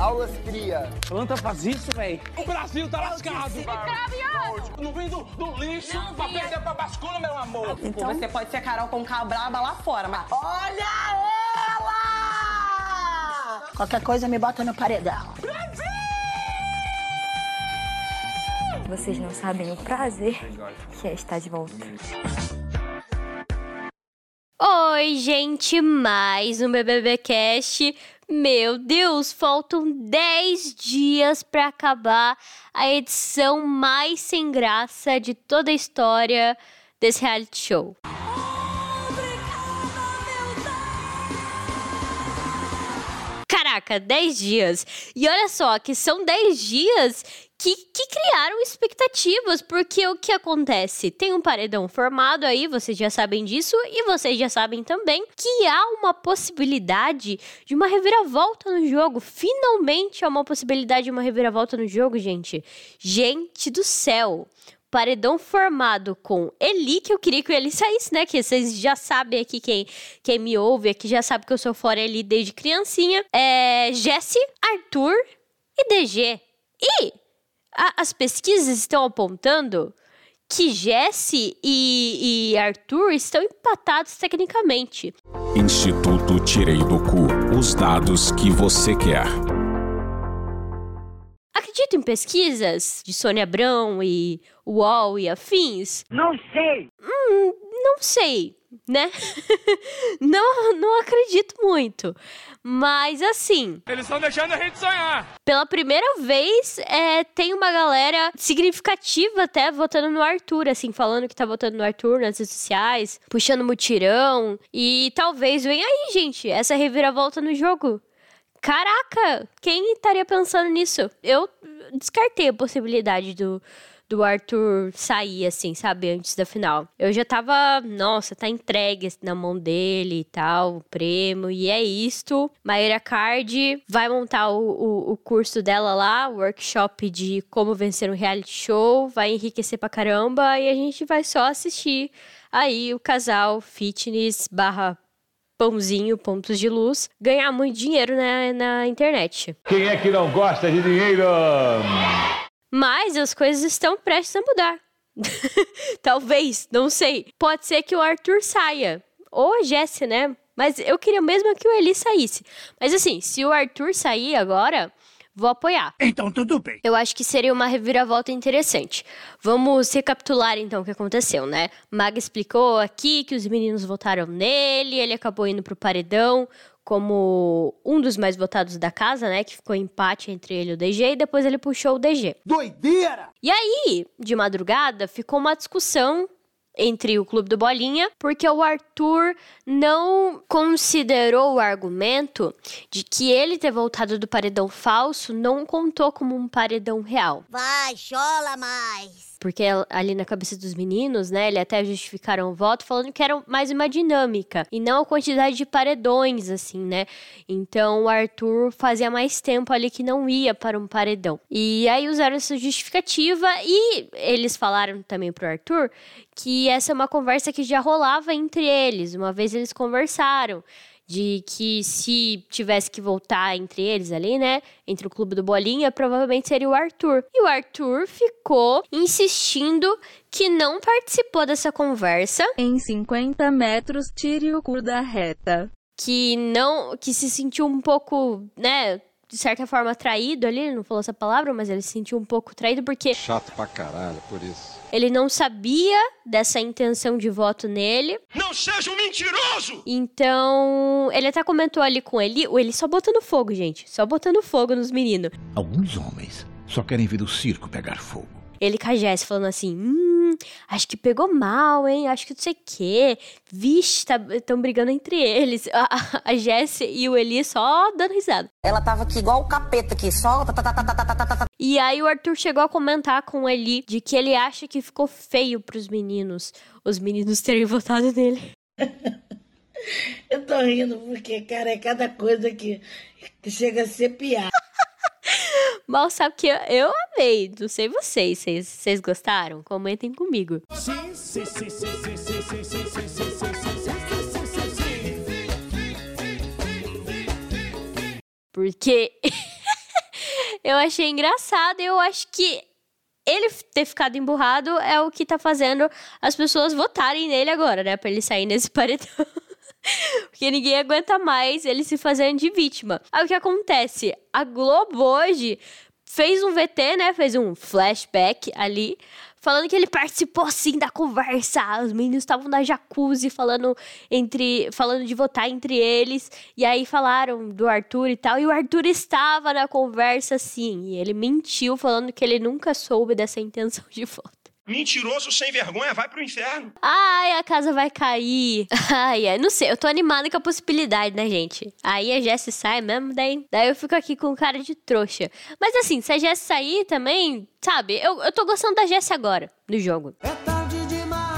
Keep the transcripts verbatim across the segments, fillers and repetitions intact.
Aulas cria. Planta faz isso, velho. O Brasil tá lascado. Não vem do, do lixo não pra vinha. Perder pra bascula, meu amor. Então você pode ser a Carol com braba lá fora, mas... Olha ela! Qualquer coisa me bota no paredão. Brasil! Vocês não sabem o prazer que é estar de volta. Oi, gente, mais um B B B Cast. Meu Deus, faltam dez dias pra acabar a edição mais sem graça de toda a história desse reality show. Caraca, dez dias. E olha só, que são dez dias que, que criaram expectativas, porque o que acontece? Tem um paredão formado aí, vocês já sabem disso, e vocês já sabem também que há uma possibilidade de uma reviravolta no jogo. Finalmente há uma possibilidade de uma reviravolta no jogo, gente. Gente do céu! Paredão formado com Eli, que eu queria que o Eli saísse, né? Que vocês já sabem aqui, quem, quem me ouve aqui já sabe que eu sou fora Eli desde criancinha. É Jessi, Arthur e D G. E a, as pesquisas estão apontando que Jessi e, e Arthur estão empatados tecnicamente. Instituto Tirei do Cu. Os dados que você quer. Acredito em pesquisas de Sônia Abrão e U O L e afins? Não sei. Hum, não sei, né? não, não acredito muito. Mas assim... Eles estão deixando a gente sonhar. Pela primeira vez, é, tem uma galera significativa até votando no Arthur, assim, falando que tá votando no Arthur nas redes sociais, puxando mutirão. E talvez venha aí, gente, essa reviravolta no jogo. Caraca, quem estaria pensando nisso? Eu descartei a possibilidade do, do Arthur sair, assim, sabe, antes da final. Eu já tava, nossa, tá entregue na mão dele e tal, o prêmio, e é isto. Mayra Card vai montar o, o, o curso dela lá, o workshop de como vencer um reality show, vai enriquecer pra caramba, e a gente vai só assistir aí o casal fitness barra pãozinho, pontos de luz, ganhar muito dinheiro na, na internet. Quem é que não gosta de dinheiro? Mas as coisas estão prestes a mudar. Talvez, não sei. Pode ser que o Arthur saia. Ou a Jessi, né? Mas eu queria mesmo que o Eli saísse. Mas assim, se o Arthur sair agora, vou apoiar. Então tudo bem. Eu acho que seria uma reviravolta interessante. Vamos recapitular então o que aconteceu, né? Maga explicou aqui que os meninos votaram nele, ele acabou indo pro paredão como um dos mais votados da casa, né? Que ficou empate entre ele e o D G, e depois ele puxou o D G. Doideira! E aí, de madrugada, ficou uma discussão entre o Clube do Bolinha, porque o Arthur não considerou o argumento de que ele ter voltado do paredão falso não contou como um paredão real. Vai, chola mais! Porque ali na cabeça dos meninos, né, ele até justificaram o voto falando que era mais uma dinâmica e não a quantidade de paredões, assim, né? Então o Arthur fazia mais tempo ali que não ia para um paredão. E aí usaram essa justificativa e eles falaram também pro Arthur que essa é uma conversa que já rolava entre eles. Uma vez eles conversaram de que se tivesse que voltar entre eles ali, né, entre o Clube do Bolinha, provavelmente seria o Arthur. E o Arthur ficou insistindo que não participou dessa conversa. Em cinquenta metros, tire o cu da reta. Que não, que se sentiu um pouco, né, de certa forma traído ali, ele não falou essa palavra, mas ele se sentiu um pouco traído porque... Chato pra caralho, por isso. Ele não sabia dessa intenção de voto nele. Não seja um mentiroso! Então, ele até comentou ali com ele, o Eli só botando fogo, gente. Só botando fogo nos meninos. Alguns homens só querem ver o circo pegar fogo. Ele com a Jessi falando assim, hum, acho que pegou mal, hein? Acho que não sei o quê. Vixe, estão tá, brigando entre eles. A, a, a Jessi e o Eli só dando risada. Ela tava aqui igual o capeta aqui, só... Tá, tá, tá, tá, tá, tá, tá. E aí o Arthur chegou a comentar com o Eli de que ele acha que ficou feio pros meninos, os meninos terem votado nele. Eu tô rindo porque, cara, é cada coisa que, que chega a ser piada. Mal sabe que eu, eu amei, não sei vocês, vocês, vocês gostaram? Comentem comigo. Sim, sim, sim, sim, sim, sim, sim, sim, sim, sim, sim, sim. Porque Eu achei engraçado e eu acho que ele ter ficado emburrado é o que tá fazendo as pessoas votarem nele agora, né? Pra ele sair nesse paredão. Porque ninguém aguenta mais ele se fazendo de vítima. Aí o que acontece? A Globo hoje fez um V T, né? Fez um flashback ali, falando que ele participou sim da conversa. Os meninos estavam na jacuzzi falando, entre, falando de votar entre eles. E aí falaram do Arthur e tal. E o Arthur estava na conversa sim. E ele mentiu falando que ele nunca soube dessa intenção de voto. Mentiroso sem vergonha, vai pro inferno. Ai, a casa vai cair. Ai, ai, não sei, eu tô animada com a possibilidade, né, gente? Aí a Jessie sai mesmo, daí, daí eu fico aqui com cara de trouxa. Mas assim, se a Jessie sair também, sabe, eu, eu tô gostando da Jessie agora, no jogo. É tarde demais.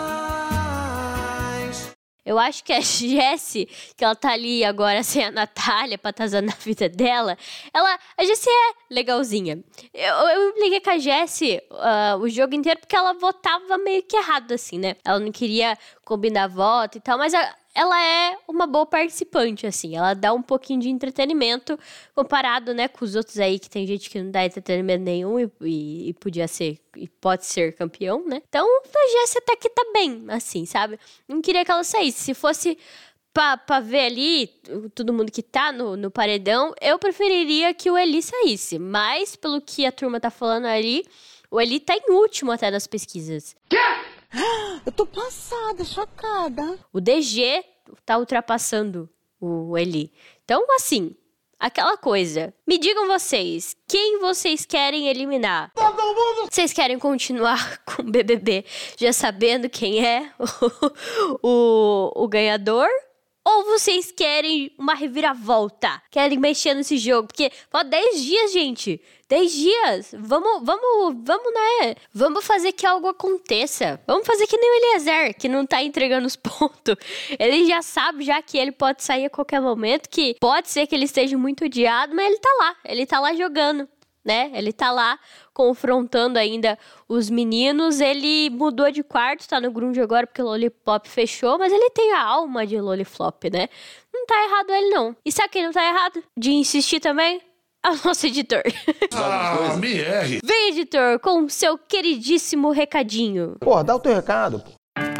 Eu acho que a Jessie, que ela tá ali agora sem a Natália pra atazando a vida dela, ela, a Jessie é legalzinha. Eu, eu me liguei com a Jessie uh, o jogo inteiro porque ela votava meio que errado, assim, né? Ela não queria combinar voto e tal, mas a, ela é uma boa participante, assim. Ela dá um pouquinho de entretenimento comparado, né, com os outros aí, que tem gente que não dá entretenimento nenhum e, e, e podia ser, e pode ser campeão, né? Então, a Jessie até que tá bem, assim, sabe? Não queria que ela saísse. Se fosse pra, pra ver ali todo mundo que tá no, no paredão, eu preferiria que o Eli saísse. Mas, pelo que a turma tá falando ali, o Eli tá em último até nas pesquisas. Quê? Eu tô passada, chocada. O D G tá ultrapassando o Eli. Então, assim, aquela coisa. Me digam vocês, quem vocês querem eliminar? Todo mundo! Vocês querem continuar com o B B B já sabendo quem é o, o, o ganhador? Ou vocês querem uma reviravolta? Querem mexer nesse jogo? Porque falta dez dias, gente. dez dias. Vamos, vamos, vamos, né? Vamos fazer que algo aconteça. Vamos fazer que nem o Eliezer, que não tá entregando os pontos. Ele já sabe, já que ele pode sair a qualquer momento, que pode ser que ele esteja muito odiado, mas ele tá lá. Ele tá lá jogando, né? Ele tá lá confrontando ainda os meninos. Ele mudou de quarto, tá no grunge agora porque o Lollipop fechou, mas ele tem a alma de Lolliflop, né? Não tá errado ele, não. E sabe quem não tá errado? De insistir também? É o nosso editor. Ah, me erre. Vem, editor, com o seu queridíssimo recadinho. Pô, dá o teu recado, pô.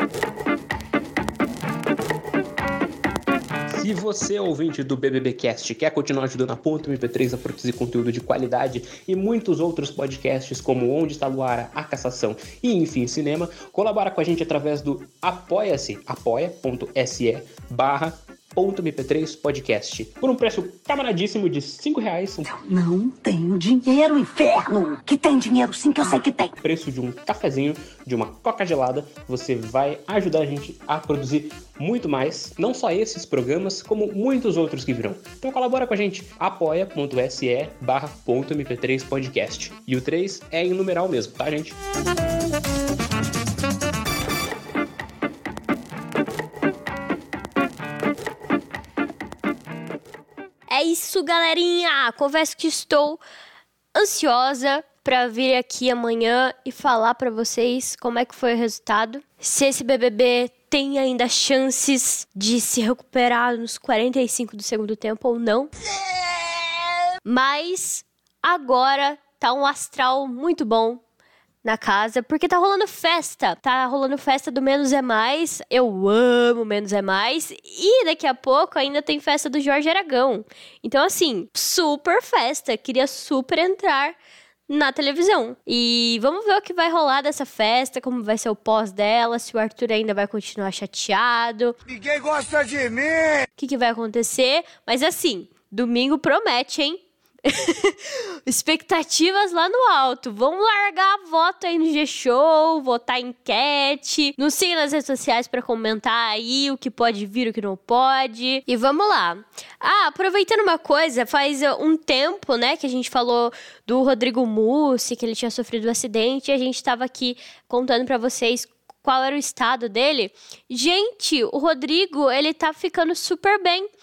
Se você, ouvinte do B B B Cast, quer continuar ajudando a Ponto M P três a produzir conteúdo de qualidade e muitos outros podcasts como Onde Está Luara, A Cassação e Enfim Cinema, colabora com a gente através do apoia-se, apoia.se barra ponto M P três podcast, por um preço camaradíssimo de cinco reais. Eu não tenho dinheiro, inferno! Que tem dinheiro sim, que eu sei que tem. Preço de um cafezinho, de uma coca gelada, você vai ajudar a gente a produzir muito mais, não só esses programas, como muitos outros que virão. Então colabora com a gente, apoia.se barra ponto M P três podcast. E o três é em numeral mesmo, tá, gente? É isso, galerinha! Confesso que estou ansiosa pra vir aqui amanhã e falar pra vocês como é que foi o resultado. Se esse B B B tem ainda chances de se recuperar nos quarenta e cinco do segundo tempo ou não. Mas agora tá um astral muito bom na casa, porque tá rolando festa. Tá rolando festa do Menos é Mais. Eu amo Menos é Mais. E daqui a pouco ainda tem festa do Jorge Aragão. Então, assim, super festa. Queria super entrar na televisão. E vamos ver o que vai rolar dessa festa, como vai ser o pós dela, se o Arthur ainda vai continuar chateado. Ninguém gosta de mim! O que, que vai acontecer? Mas assim, domingo promete, hein? Expectativas lá no alto. Vamos largar a voto aí no G-Show, votar em enquete. Nos siga nas redes sociais pra comentar aí o que pode vir, o que não pode. E vamos lá. Ah, aproveitando uma coisa, faz um tempo, né, que a gente falou do Rodrigo Mussi, que ele tinha sofrido um acidente, e a gente tava aqui contando pra vocês qual era o estado dele. Gente, o Rodrigo, ele tá ficando super bem.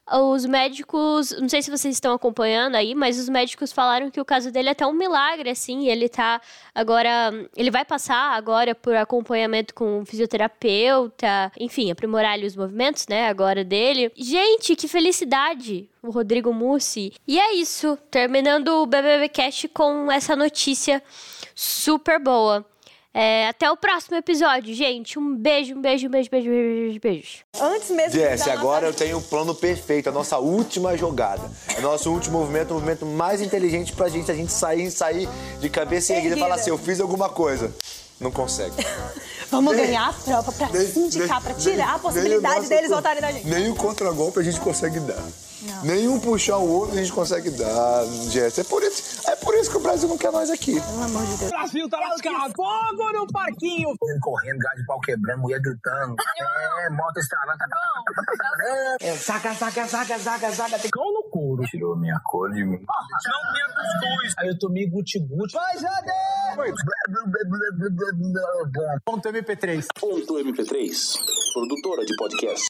os médicos, não sei se vocês estão acompanhando aí, mas os médicos falaram que o caso dele é até um milagre, assim, ele tá agora, ele vai passar agora por acompanhamento com um fisioterapeuta, enfim, aprimorar ali os movimentos, né, agora dele. Gente, que felicidade! O Rodrigo Mussi. E é isso, terminando o BBBcast com essa notícia super boa. É, até o próximo episódio, gente. Um beijo, um beijo, um beijo, beijo, beijo, beijo. Antes mesmo Jess, de agora nossa... eu tenho o plano perfeito, a nossa última jogada. É nosso último movimento, o movimento mais inteligente pra gente, a gente sair, sair de cabeça erguida e falar assim, eu fiz alguma coisa. Não consegue. Vamos nem, ganhar a prova pra nem, sindicar, nem, pra tirar nem, a possibilidade deles nosso, votarem na gente. Nem o contragolpe a gente consegue dar. Não. Nenhum puxar o outro a gente consegue dar, Jess. É por isso, é por isso que o Brasil não quer nós aqui. Pelo amor de Deus. O Brasil tá lascado. Fogo no parquinho. Ele correndo, gás de pau quebrando, mulher gritando. É, moto estralando. É, zaga, zaga, zaga, zaga, zaga. Tem cão no couro. Tirou minha cor de mim. Não tinha cuscuz. Aí eu tomei guti-guti. Vai, Jade! Ponto M P três. Ponto M P três. Produtora de podcast.